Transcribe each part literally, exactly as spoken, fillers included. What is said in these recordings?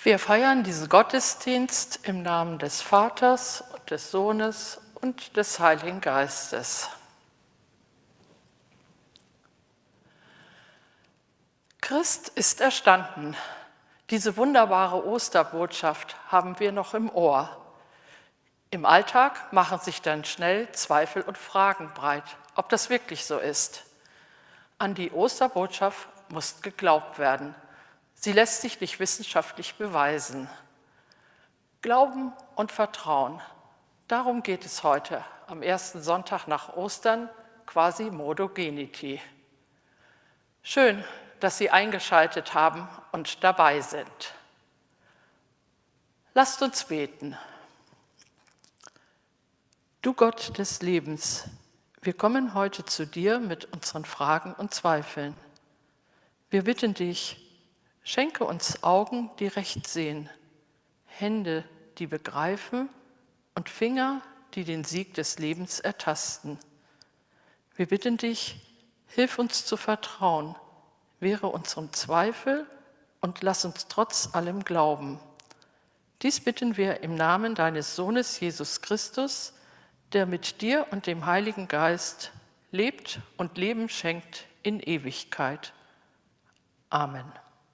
Wir feiern diesen Gottesdienst im Namen des Vaters und des Sohnes und des Heiligen Geistes. Christ ist erstanden. Diese wunderbare Osterbotschaft haben wir noch im Ohr. Im Alltag machen sich dann schnell Zweifel und Fragen breit, ob das wirklich so ist. An die Osterbotschaft muss geglaubt werden. Sie lässt sich nicht wissenschaftlich beweisen. Glauben und Vertrauen, darum geht es heute, am ersten Sonntag nach Ostern, quasi Modo Geniti. Schön, dass Sie eingeschaltet haben und dabei sind. Lasst uns beten. Du Gott des Lebens, wir kommen heute zu dir mit unseren Fragen und Zweifeln. Wir bitten dich, schenke uns Augen, die recht sehen, Hände, die begreifen und Finger, die den Sieg des Lebens ertasten. Wir bitten dich, hilf uns zu vertrauen, wehre unserem Zweifel und lass uns trotz allem glauben. Dies bitten wir im Namen deines Sohnes Jesus Christus, der mit dir und dem Heiligen Geist lebt und Leben schenkt in Ewigkeit. Amen.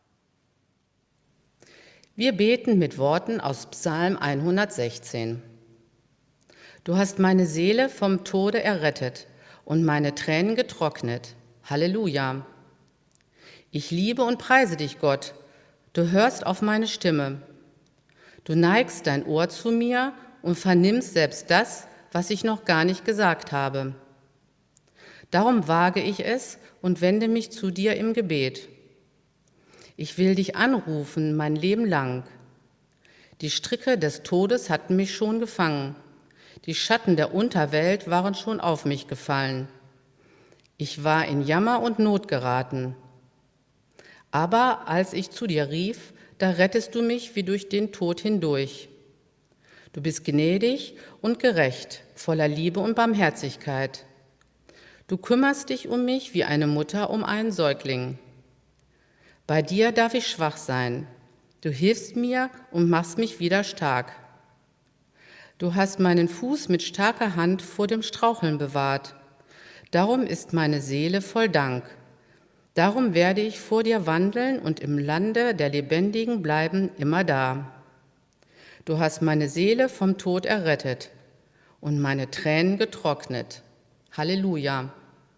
Wir beten mit Worten aus Psalm hundertsechzehn. Du hast meine Seele vom Tode errettet und meine Tränen getrocknet. Halleluja. Ich liebe und preise dich, Gott. Du hörst auf meine Stimme. Du neigst dein Ohr zu mir und vernimmst selbst das, was ich noch gar nicht gesagt habe. Darum wage ich es und wende mich zu dir im Gebet. Ich will dich anrufen mein Leben lang. Die Stricke des Todes hatten mich schon gefangen. Die Schatten der Unterwelt waren schon auf mich gefallen. Ich war in Jammer und Not geraten. Aber als ich zu dir rief, da rettest du mich wie durch den Tod hindurch. Du bist gnädig und gerecht, voller Liebe und Barmherzigkeit. Du kümmerst dich um mich wie eine Mutter um einen Säugling. Bei dir darf ich schwach sein. Du hilfst mir und machst mich wieder stark. Du hast meinen Fuß mit starker Hand vor dem Straucheln bewahrt. Darum ist meine Seele voll Dank. Darum werde ich vor dir wandeln und im Lande der Lebendigen bleiben immer da. Du hast meine Seele vom Tod errettet und meine Tränen getrocknet. Halleluja.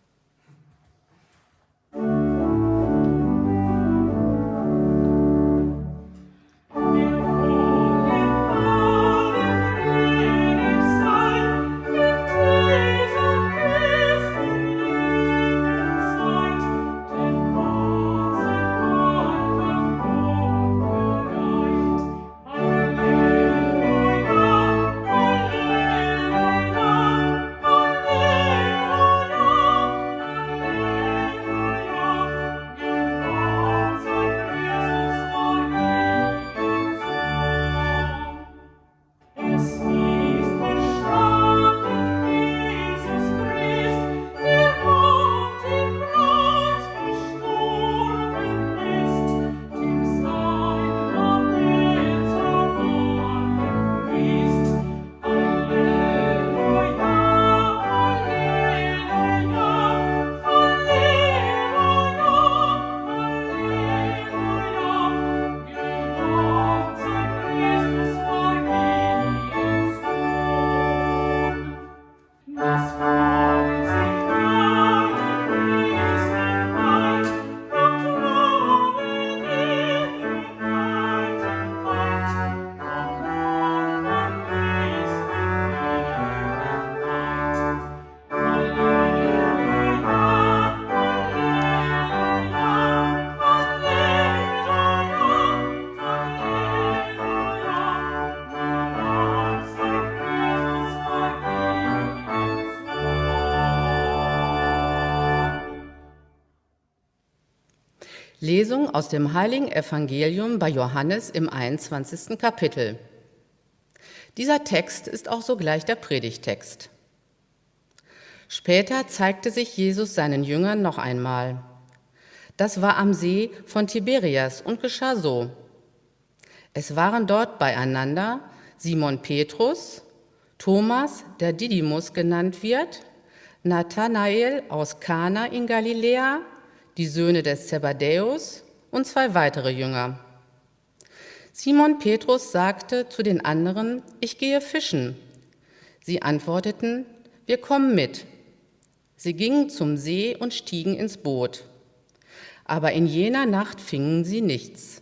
Lesung aus dem Heiligen Evangelium bei Johannes im einundzwanzigsten Kapitel. Dieser Text ist auch sogleich der Predigttext. Später zeigte sich Jesus seinen Jüngern noch einmal. Das war am See von Tiberias und geschah so. Es waren dort beieinander Simon Petrus, Thomas, der Didymus genannt wird, Nathanael aus Kana in Galiläa, die Söhne des Zebedäus und zwei weitere Jünger. Simon Petrus sagte zu den anderen: Ich gehe fischen. Sie antworteten: Wir kommen mit. Sie gingen zum See und stiegen ins Boot. Aber in jener Nacht fingen sie nichts.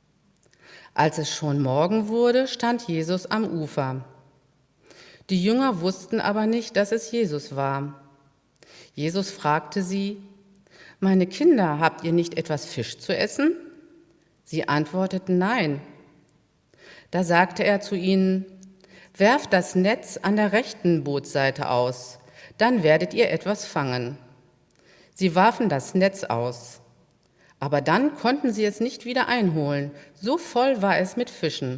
Als es schon Morgen wurde, stand Jesus am Ufer. Die Jünger wussten aber nicht, dass es Jesus war. Jesus fragte sie: Meine Kinder, habt ihr nicht etwas Fisch zu essen? Sie antworteten: Nein. Da sagte er zu ihnen: Werft das Netz an der rechten Bootsseite aus, dann werdet ihr etwas fangen. Sie warfen das Netz aus. Aber dann konnten sie es nicht wieder einholen, so voll war es mit Fischen.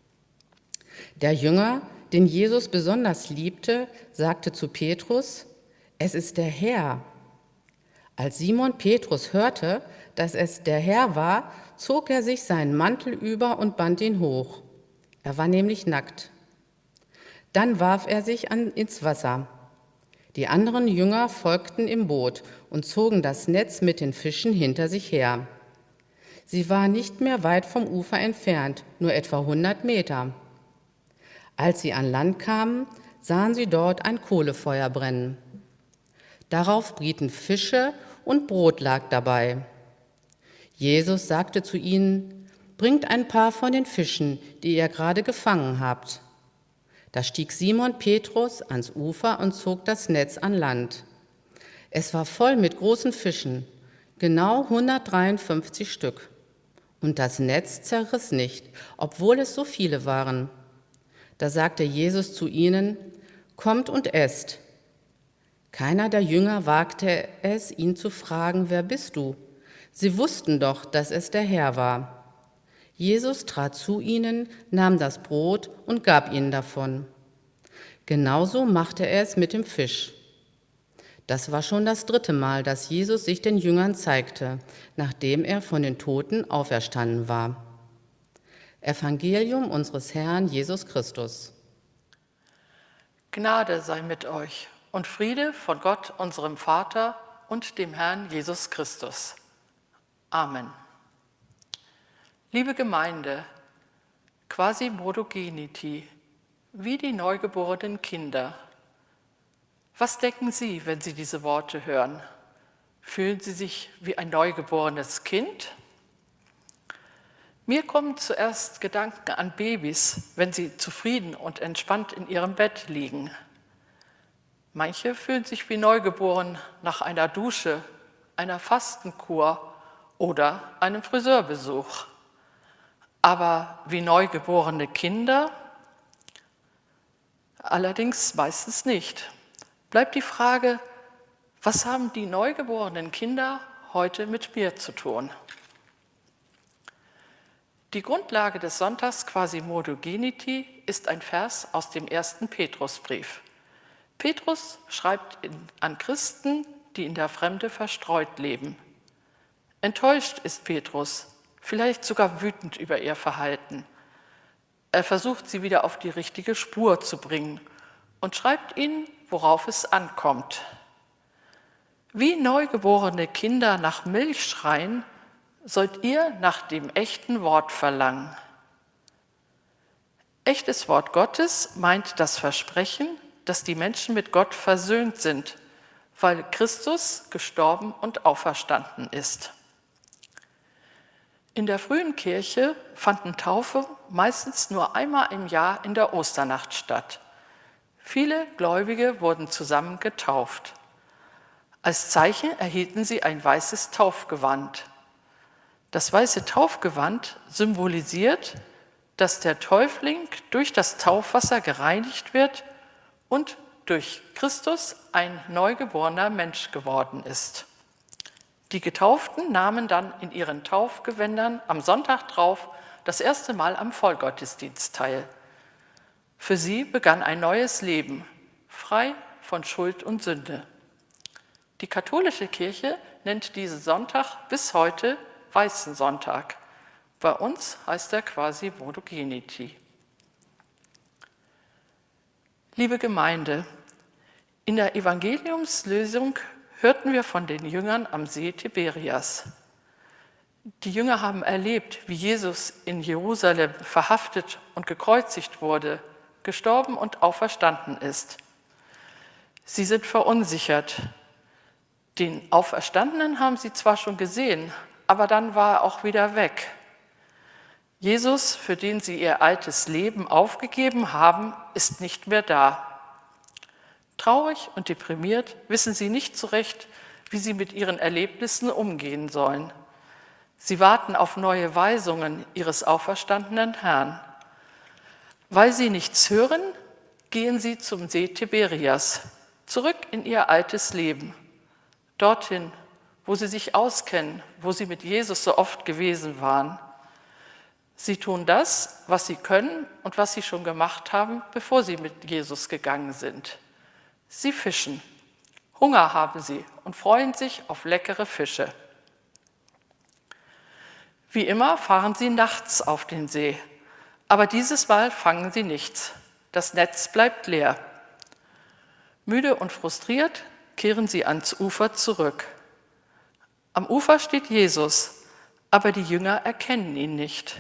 Der Jünger, den Jesus besonders liebte, sagte zu Petrus: Es ist der Herr. Als Simon Petrus hörte, dass es der Herr war, zog er sich seinen Mantel über und band ihn hoch. Er war nämlich nackt. Dann warf er sich an, ins Wasser. Die anderen Jünger folgten im Boot und zogen das Netz mit den Fischen hinter sich her. Sie waren nicht mehr weit vom Ufer entfernt, nur etwa hundert Meter. Als sie an Land kamen, sahen sie dort ein Kohlefeuer brennen. Darauf brieten Fische und Brot lag dabei. Jesus sagte zu ihnen: Bringt ein paar von den Fischen, die ihr gerade gefangen habt. Da stieg Simon Petrus ans Ufer und zog das Netz an Land. Es war voll mit großen Fischen, genau hundertdreiundfünfzig Stück. Und das Netz zerriss nicht, obwohl es so viele waren. Da sagte Jesus zu ihnen: Kommt und esst. Keiner der Jünger wagte es, ihn zu fragen: Wer bist du? Sie wussten doch, dass es der Herr war. Jesus trat zu ihnen, nahm das Brot und gab ihnen davon. Genauso machte er es mit dem Fisch. Das war schon das dritte Mal, dass Jesus sich den Jüngern zeigte, nachdem er von den Toten auferstanden war. Evangelium unseres Herrn Jesus Christus. Gnade sei mit euch und Friede von Gott, unserem Vater und dem Herrn Jesus Christus. Amen. Liebe Gemeinde, Quasi-Modogeniti, wie die neugeborenen Kinder. Was denken Sie, wenn Sie diese Worte hören? Fühlen Sie sich wie ein neugeborenes Kind? Mir kommen zuerst Gedanken an Babys, wenn sie zufrieden und entspannt in ihrem Bett liegen. Manche fühlen sich wie neugeboren nach einer Dusche, einer Fastenkur oder einem Friseurbesuch. Aber wie neugeborene Kinder? Allerdings meistens nicht. Bleibt die Frage: Was haben die neugeborenen Kinder heute mit mir zu tun? Die Grundlage des Sonntags Quasi-Modogeniti ist ein Vers aus dem ersten Petrusbrief. Petrus schreibt in, an Christen, die in der Fremde verstreut leben. Enttäuscht ist Petrus, vielleicht sogar wütend über ihr Verhalten. Er versucht, sie wieder auf die richtige Spur zu bringen und schreibt ihnen, worauf es ankommt. Wie neugeborene Kinder nach Milch schreien, sollt ihr nach dem echten Wort verlangen. Echtes Wort Gottes meint das Versprechen, dass die Menschen mit Gott versöhnt sind, weil Christus gestorben und auferstanden ist. In der frühen Kirche fanden Taufe meistens nur einmal im Jahr in der Osternacht statt. Viele Gläubige wurden zusammen getauft. Als Zeichen erhielten sie ein weißes Taufgewand. Das weiße Taufgewand symbolisiert, dass der Täufling durch das Taufwasser gereinigt wird und durch Christus ein neugeborener Mensch geworden ist. Die Getauften nahmen dann in ihren Taufgewändern am Sonntag drauf das erste Mal am Vollgottesdienst teil. Für sie begann ein neues Leben, frei von Schuld und Sünde. Die katholische Kirche nennt diesen Sonntag bis heute Weißen Sonntag, Bei uns heißt er quasi Modogeniti. Liebe Gemeinde, in der Evangeliumslesung hörten wir von den Jüngern am See Tiberias. Die Jünger haben erlebt, wie Jesus in Jerusalem verhaftet und gekreuzigt wurde, gestorben und auferstanden ist. Sie sind verunsichert. Den Auferstandenen haben sie zwar schon gesehen, aber dann war er auch wieder weg. Jesus, für den sie ihr altes Leben aufgegeben haben, ist nicht mehr da. Traurig und deprimiert wissen sie nicht so recht, wie sie mit ihren Erlebnissen umgehen sollen. Sie warten auf neue Weisungen ihres auferstandenen Herrn. Weil sie nichts hören, gehen sie zum See Tiberias, zurück in ihr altes Leben. Dorthin, wo sie sich auskennen, wo sie mit Jesus so oft gewesen waren. Sie tun das, was sie können und was sie schon gemacht haben, bevor sie mit Jesus gegangen sind. Sie fischen. Hunger haben sie und freuen sich auf leckere Fische. Wie immer fahren sie nachts auf den See, aber dieses Mal fangen sie nichts. Das Netz bleibt leer. Müde und frustriert kehren sie ans Ufer zurück. Am Ufer steht Jesus, aber die Jünger erkennen ihn nicht.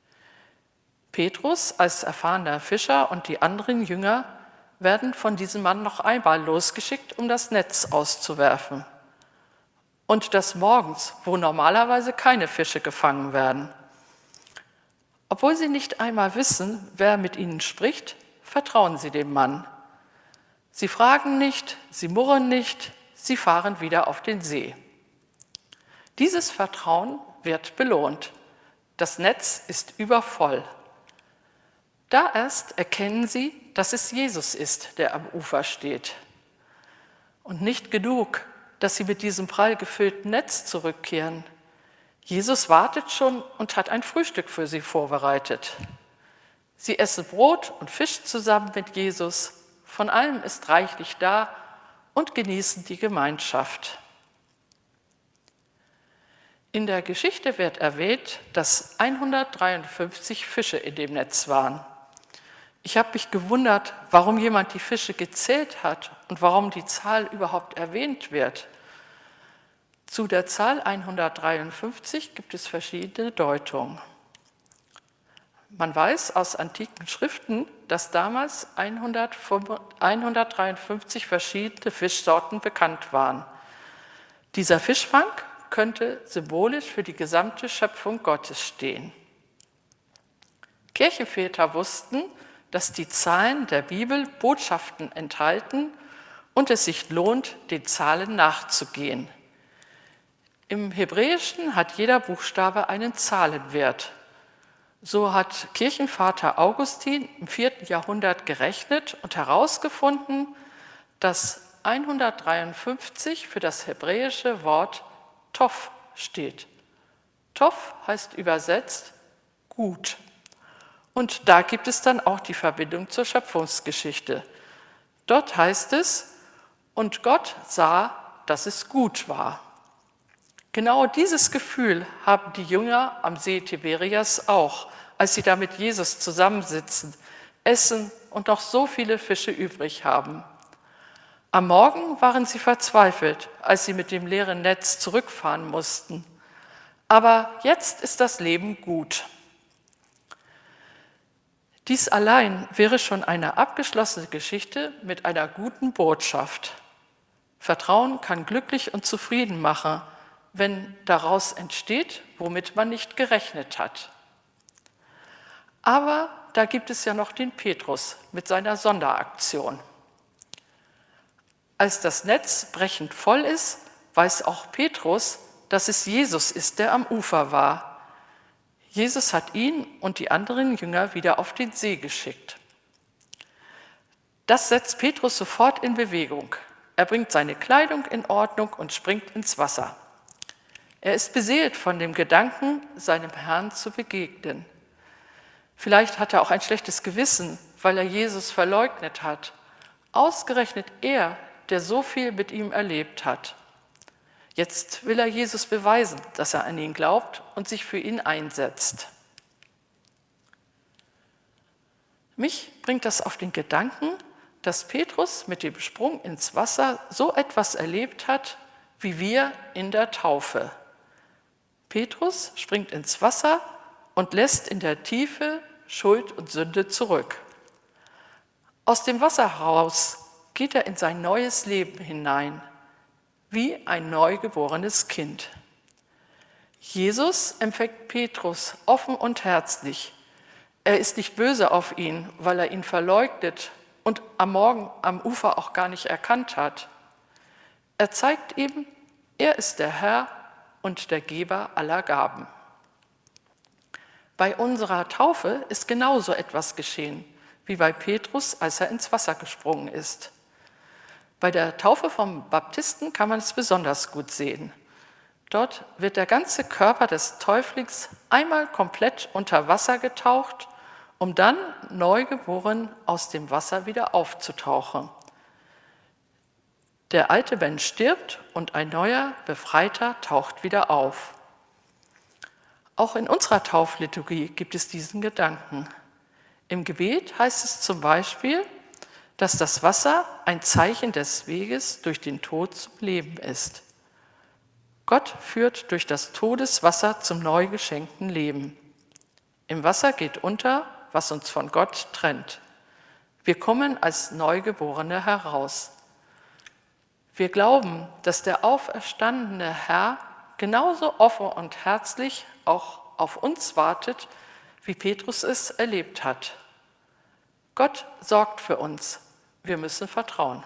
Petrus als erfahrener Fischer und die anderen Jünger werden von diesem Mann noch einmal losgeschickt, um das Netz auszuwerfen. Und das morgens, wo normalerweise keine Fische gefangen werden. Obwohl sie nicht einmal wissen, wer mit ihnen spricht, vertrauen sie dem Mann. Sie fragen nicht, sie murren nicht, sie fahren wieder auf den See. Dieses Vertrauen wird belohnt. Das Netz ist übervoll. Da erst erkennen sie, dass es Jesus ist, der am Ufer steht. Und nicht genug, dass sie mit diesem prall gefüllten Netz zurückkehren. Jesus wartet schon und hat ein Frühstück für sie vorbereitet. Sie essen Brot und Fisch zusammen mit Jesus. Von allem ist reichlich da und genießen die Gemeinschaft. In der Geschichte wird erwähnt, dass hundertdreiundfünfzig Fische in dem Netz waren. Ich habe mich gewundert, warum jemand die Fische gezählt hat und warum die Zahl überhaupt erwähnt wird. Zu der Zahl hundertdreiundfünfzig gibt es verschiedene Deutungen. Man weiß aus antiken Schriften, dass damals hundertdreiundfünfzig verschiedene Fischsorten bekannt waren. Dieser Fischfang könnte symbolisch für die gesamte Schöpfung Gottes stehen. Kirchenväter wussten, dass die Zahlen der Bibel Botschaften enthalten und es sich lohnt, den Zahlen nachzugehen. Im Hebräischen hat jeder Buchstabe einen Zahlenwert. So hat Kirchenvater Augustin im vierten Jahrhundert gerechnet und herausgefunden, dass hundertdreiundfünfzig für das hebräische Wort Tov steht. Tov heißt übersetzt gut. Und da gibt es dann auch die Verbindung zur Schöpfungsgeschichte. Dort heißt es, und Gott sah, dass es gut war. Genau dieses Gefühl haben die Jünger am See Tiberias auch, als sie da mit Jesus zusammensitzen, essen und noch so viele Fische übrig haben. Am Morgen waren sie verzweifelt, als sie mit dem leeren Netz zurückfahren mussten. Aber jetzt ist das Leben gut. Dies allein wäre schon eine abgeschlossene Geschichte mit einer guten Botschaft. Vertrauen kann glücklich und zufrieden machen, wenn daraus entsteht, womit man nicht gerechnet hat. Aber da gibt es ja noch den Petrus mit seiner Sonderaktion. Als das Netz brechend voll ist, weiß auch Petrus, dass es Jesus ist, der am Ufer war. Jesus hat ihn und die anderen Jünger wieder auf den See geschickt. Das setzt Petrus sofort in Bewegung. Er bringt seine Kleidung in Ordnung und springt ins Wasser. Er ist beseelt von dem Gedanken, seinem Herrn zu begegnen. Vielleicht hat er auch ein schlechtes Gewissen, weil er Jesus verleugnet hat. Ausgerechnet er, der so viel mit ihm erlebt hat. Jetzt will er Jesus beweisen, dass er an ihn glaubt und sich für ihn einsetzt. Mich bringt das auf den Gedanken, dass Petrus mit dem Sprung ins Wasser so etwas erlebt hat, wie wir in der Taufe. Petrus springt ins Wasser und lässt in der Tiefe Schuld und Sünde zurück. Aus dem Wasser heraus geht er in sein neues Leben hinein, wie ein neugeborenes Kind. Jesus empfängt Petrus offen und herzlich. Er ist nicht böse auf ihn, weil er ihn verleugnet und am Morgen am Ufer auch gar nicht erkannt hat. Er zeigt ihm, er ist der Herr und der Geber aller Gaben. Bei unserer Taufe ist genauso etwas geschehen, wie bei Petrus, als er ins Wasser gesprungen ist. Bei der Taufe vom Baptisten kann man es besonders gut sehen. Dort wird der ganze Körper des Täuflings einmal komplett unter Wasser getaucht, um dann neugeboren aus dem Wasser wieder aufzutauchen. Der alte Mensch stirbt und ein neuer, befreiter taucht wieder auf. Auch in unserer Taufliturgie gibt es diesen Gedanken. Im Gebet heißt es zum Beispiel, dass das Wasser ein Zeichen des Weges durch den Tod zum Leben ist. Gott führt durch das Todeswasser zum neu geschenkten Leben. Im Wasser geht unter, was uns von Gott trennt. Wir kommen als Neugeborene heraus. Wir glauben, dass der auferstandene Herr genauso offen und herzlich auch auf uns wartet, wie Petrus es erlebt hat. Gott sorgt für uns. Wir müssen vertrauen.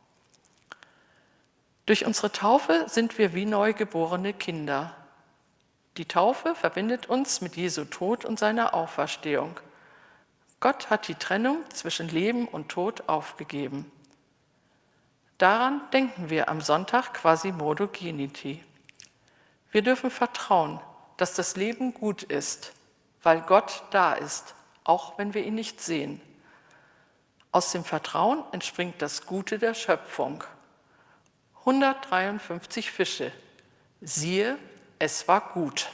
Durch unsere Taufe sind wir wie neugeborene Kinder. Die Taufe verbindet uns mit Jesu Tod und seiner Auferstehung. Gott hat die Trennung zwischen Leben und Tod aufgegeben. Daran denken wir am Sonntag Quasimodo Geniti. Wir dürfen vertrauen, dass das Leben gut ist, weil Gott da ist, auch wenn wir ihn nicht sehen. Aus dem Vertrauen entspringt das Gute der Schöpfung. hundertdreiundfünfzig Fische. Siehe, es war gut.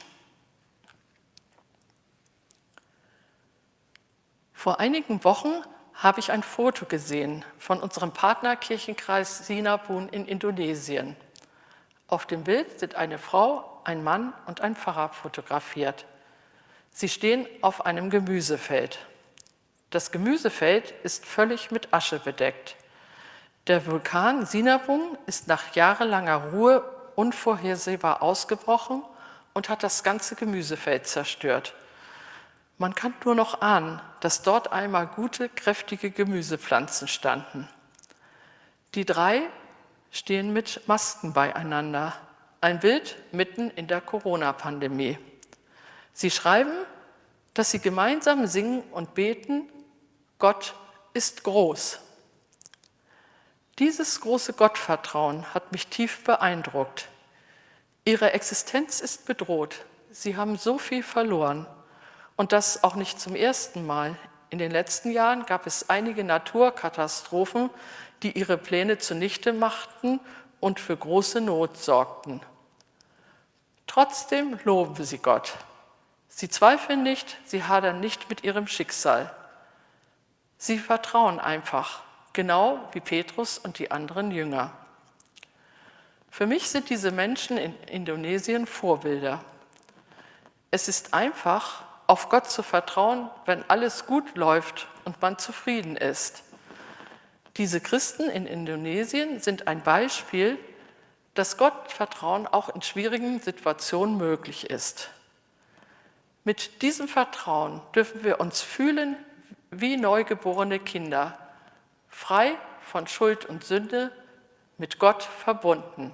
Vor einigen Wochen habe ich ein Foto gesehen von unserem Partnerkirchenkreis Sinabun in Indonesien. Auf dem Bild sind eine Frau, ein Mann und ein Pfarrer fotografiert. Sie stehen auf einem Gemüsefeld. Das Gemüsefeld ist völlig mit Asche bedeckt. Der Vulkan Sinabung ist nach jahrelanger Ruhe unvorhersehbar ausgebrochen und hat das ganze Gemüsefeld zerstört. Man kann nur noch ahnen, dass dort einmal gute, kräftige Gemüsepflanzen standen. Die drei stehen mit Masken beieinander. Ein Bild mitten in der Corona-Pandemie. Sie schreiben, dass sie gemeinsam singen und beten, Gott ist groß. Dieses große Gottvertrauen hat mich tief beeindruckt. Ihre Existenz ist bedroht. Sie haben so viel verloren. Und das auch nicht zum ersten Mal. In den letzten Jahren gab es einige Naturkatastrophen, die ihre Pläne zunichte machten und für große Not sorgten. Trotzdem loben sie Gott. Sie zweifeln nicht, sie hadern nicht mit ihrem Schicksal. Sie vertrauen einfach, genau wie Petrus und die anderen Jünger. Für mich sind diese Menschen in Indonesien Vorbilder. Es ist einfach, auf Gott zu vertrauen, wenn alles gut läuft und man zufrieden ist. Diese Christen in Indonesien sind ein Beispiel, dass Gottvertrauen auch in schwierigen Situationen möglich ist. Mit diesem Vertrauen dürfen wir uns fühlen wie neugeborene Kinder, frei von Schuld und Sünde, mit Gott verbunden.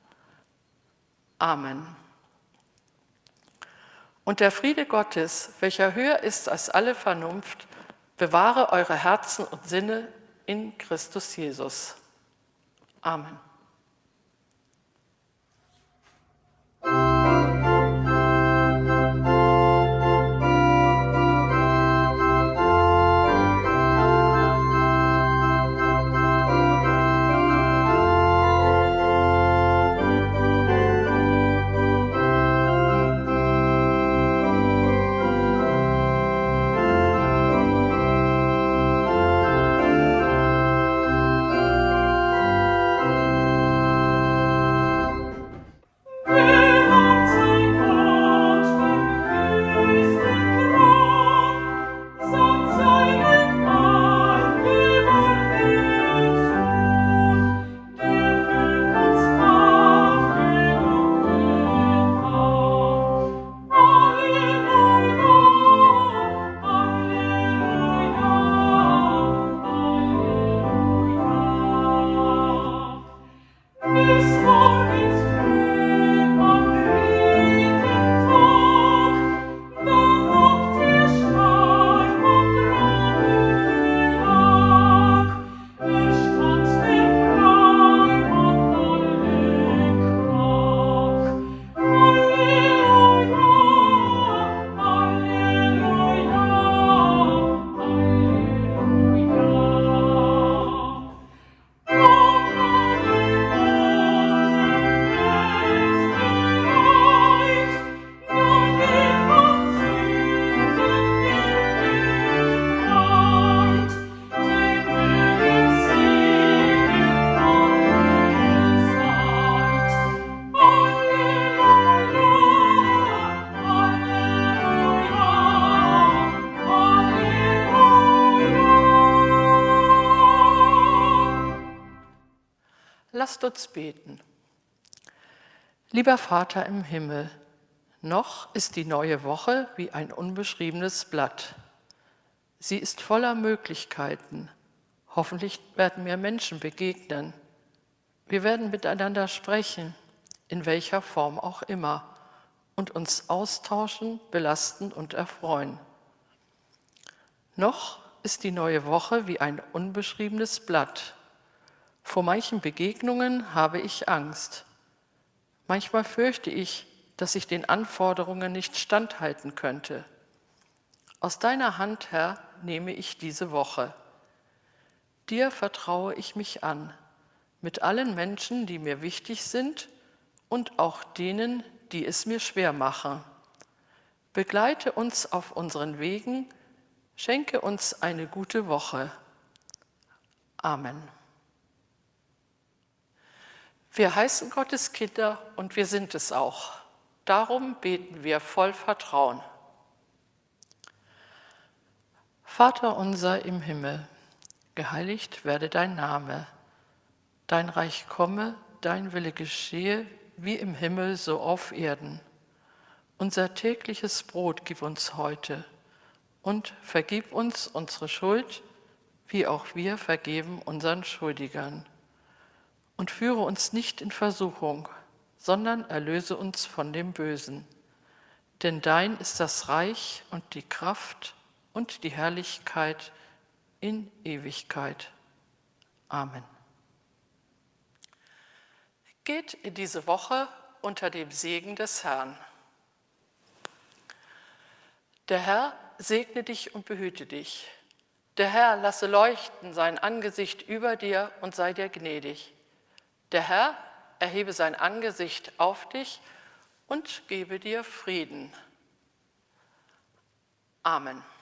Amen. Und der Friede Gottes, welcher höher ist als alle Vernunft, bewahre eure Herzen und Sinne in Christus Jesus. Amen. lasst uns beten. Lieber Vater im Himmel, noch ist die neue Woche wie ein unbeschriebenes Blatt. Sie ist voller Möglichkeiten. Hoffentlich werden mir Menschen begegnen. Wir werden miteinander sprechen, in welcher Form auch immer, und uns austauschen, belasten und erfreuen. Noch ist die neue Woche wie ein unbeschriebenes Blatt. Vor manchen Begegnungen habe ich Angst. Manchmal fürchte ich, dass ich den Anforderungen nicht standhalten könnte. Aus deiner Hand, Herr, nehme ich diese Woche. Dir vertraue ich mich an, mit allen Menschen, die mir wichtig sind und auch denen, die es mir schwer machen. Begleite uns auf unseren Wegen, schenke uns eine gute Woche. Amen. Wir heißen Gottes Kinder und wir sind es auch. Darum beten wir voll Vertrauen. Vater unser im Himmel, geheiligt werde dein Name. Dein Reich komme, dein Wille geschehe, wie im Himmel so auf Erden. Unser tägliches Brot gib uns heute und vergib uns unsere Schuld, wie auch wir vergeben unseren Schuldigern. Und führe uns nicht in Versuchung, sondern erlöse uns von dem Bösen. Denn dein ist das Reich und die Kraft und die Herrlichkeit in Ewigkeit. Amen. Geht in diese Woche unter dem Segen des Herrn. Der Herr segne dich und behüte dich. Der Herr lasse leuchten sein Angesicht über dir und sei dir gnädig. Der Herr erhebe sein Angesicht auf dich und gebe dir Frieden. Amen.